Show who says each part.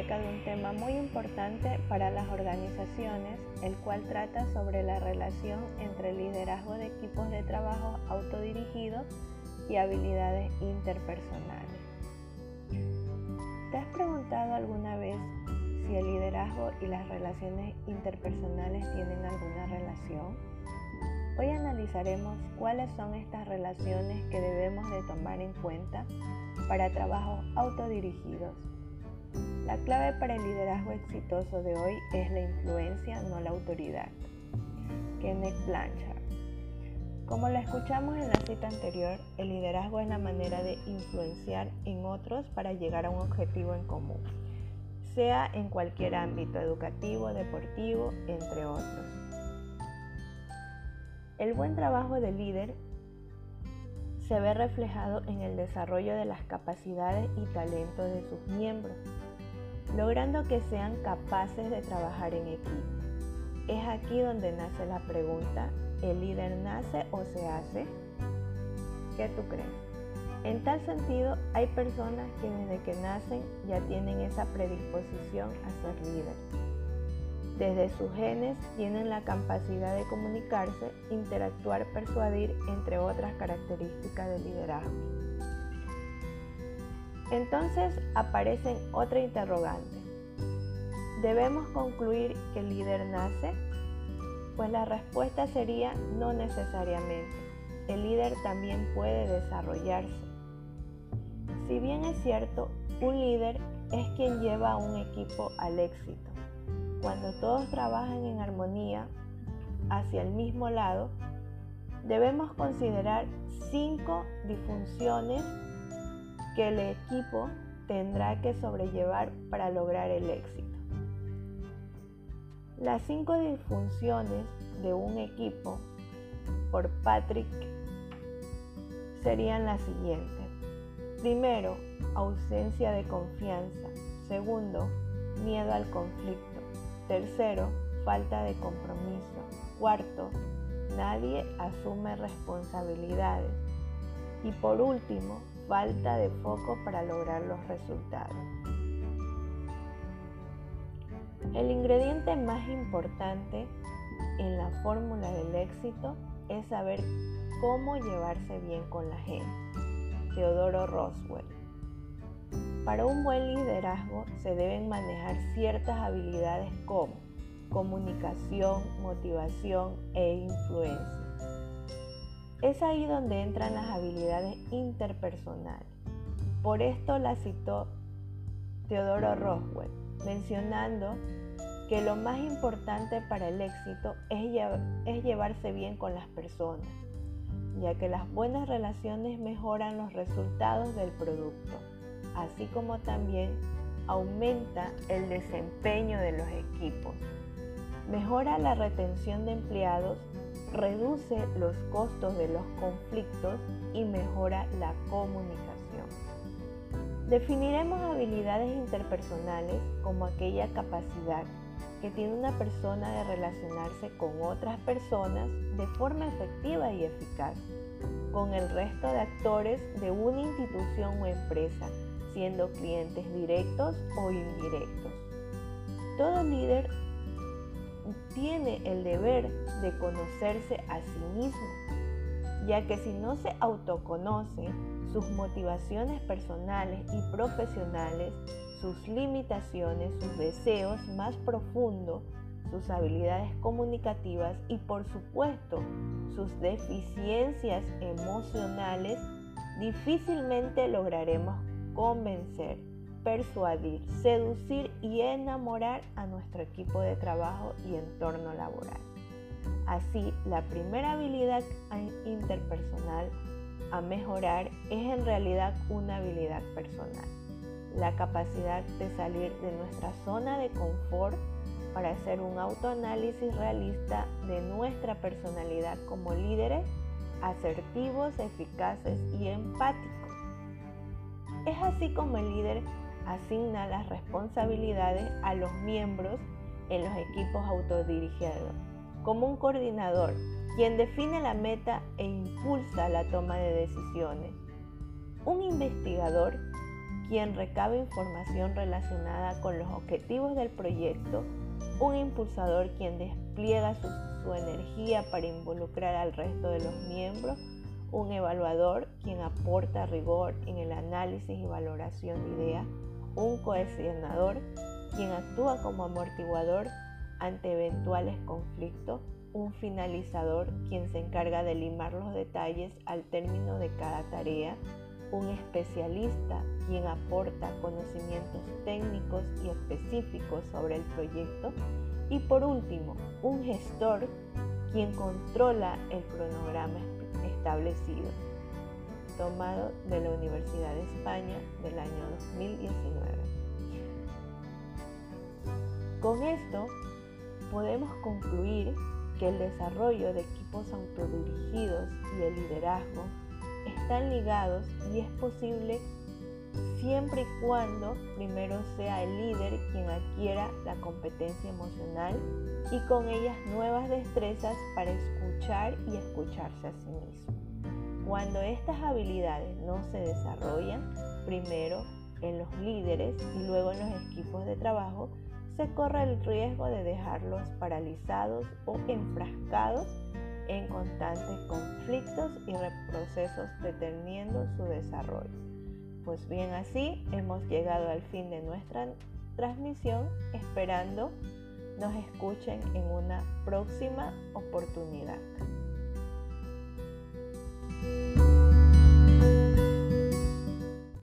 Speaker 1: acerca de un tema muy importante para las organizaciones, el cual trata sobre la relación entre liderazgo de equipos de trabajo autodirigidos y habilidades interpersonales. ¿Te has preguntado alguna vez si el liderazgo y las relaciones interpersonales tienen alguna relación? Hoy analizaremos cuáles son estas relaciones que debemos de tomar en cuenta para trabajos autodirigidos. La clave para el liderazgo exitoso de hoy es la influencia, no la autoridad. Kenneth Blanchard. Como lo escuchamos en la cita anterior, el liderazgo es la manera de influenciar en otros para llegar a un objetivo en común, sea en cualquier ámbito educativo, deportivo, entre otros. El buen trabajo del líder se ve reflejado en el desarrollo de las capacidades y talentos de sus miembros, logrando que sean capaces de trabajar en equipo. Es aquí donde nace la pregunta: ¿el líder nace o se hace? ¿Qué tú crees? En tal sentido, hay personas que desde que nacen ya tienen esa predisposición a ser líder. Desde sus genes tienen la capacidad de comunicarse, interactuar, persuadir, entre otras características del liderazgo. Entonces aparece otra interrogante. ¿Debemos concluir que el líder nace? Pues la respuesta sería no necesariamente. El líder también puede desarrollarse. Si bien es cierto, un líder es quien lleva a un equipo al éxito. Cuando todos trabajan en armonía hacia el mismo lado, debemos considerar 5 disfunciones que el equipo tendrá que sobrellevar para lograr el éxito. Las 5 disfunciones de un equipo, por Patrick, serían las siguientes. Primero, ausencia de confianza. Segundo, miedo al conflicto. Tercero, falta de compromiso. Cuarto, nadie asume responsabilidades. Y por último, falta de foco para lograr los resultados. El ingrediente más importante en la fórmula del éxito es saber cómo llevarse bien con la gente. Theodore Roosevelt. Para un buen liderazgo se deben manejar ciertas habilidades como comunicación, motivación e influencia. Es ahí donde entran las habilidades interpersonales. Por esto la citó Theodore Roosevelt, mencionando que lo más importante para el éxito es llevarse bien con las personas, ya que las buenas relaciones mejoran los resultados del producto, así como también aumenta el desempeño de los equipos, mejora la retención de empleados, reduce los costos de los conflictos y mejora la comunicación. Definiremos habilidades interpersonales como aquella capacidad que tiene una persona de relacionarse con otras personas de forma efectiva y eficaz, con el resto de actores de una institución o empresa, siendo clientes directos o indirectos. Todo líder tiene el deber de conocerse a sí mismo, ya que si no se autoconoce, sus motivaciones personales y profesionales, sus limitaciones, sus deseos más profundos, sus habilidades comunicativas y por supuesto sus deficiencias emocionales, difícilmente lograremos convencer, persuadir, seducir y enamorar a nuestro equipo de trabajo y entorno laboral. Así, la primera habilidad interpersonal a mejorar es en realidad una habilidad personal, la capacidad de salir de nuestra zona de confort para hacer un autoanálisis realista de nuestra personalidad como líderes asertivos, eficaces y empáticos. Es así como el líder asigna las responsabilidades a los miembros en los equipos autodirigidos, como un coordinador, quien define la meta e impulsa la toma de decisiones. Un investigador, quien recaba información relacionada con los objetivos del proyecto, un impulsador quien despliega su energía para involucrar al resto de los miembros, un evaluador quien aporta rigor en el análisis y valoración de ideas, un cohesionador quien actúa como amortiguador ante eventuales conflictos, un finalizador quien se encarga de limar los detalles al término de cada tarea, un especialista quien aporta conocimientos técnicos y específicos sobre el proyecto y por último, un gestor quien controla el cronograma establecido, tomado de la Universidad de España del año 2019. Con esto podemos concluir que el desarrollo de equipos autodirigidos y el liderazgo están ligados y es posible siempre y cuando primero sea el líder quien adquiera la competencia emocional y con ellas nuevas destrezas para escuchar y escucharse a sí mismo. Cuando estas habilidades no se desarrollan, primero en los líderes y luego en los equipos de trabajo, se corre el riesgo de dejarlos paralizados o enfrascados en constantes conflictos y reprocesos deteniendo su desarrollo. Pues bien, así hemos llegado al fin de nuestra transmisión, esperando nos escuchen en una próxima oportunidad.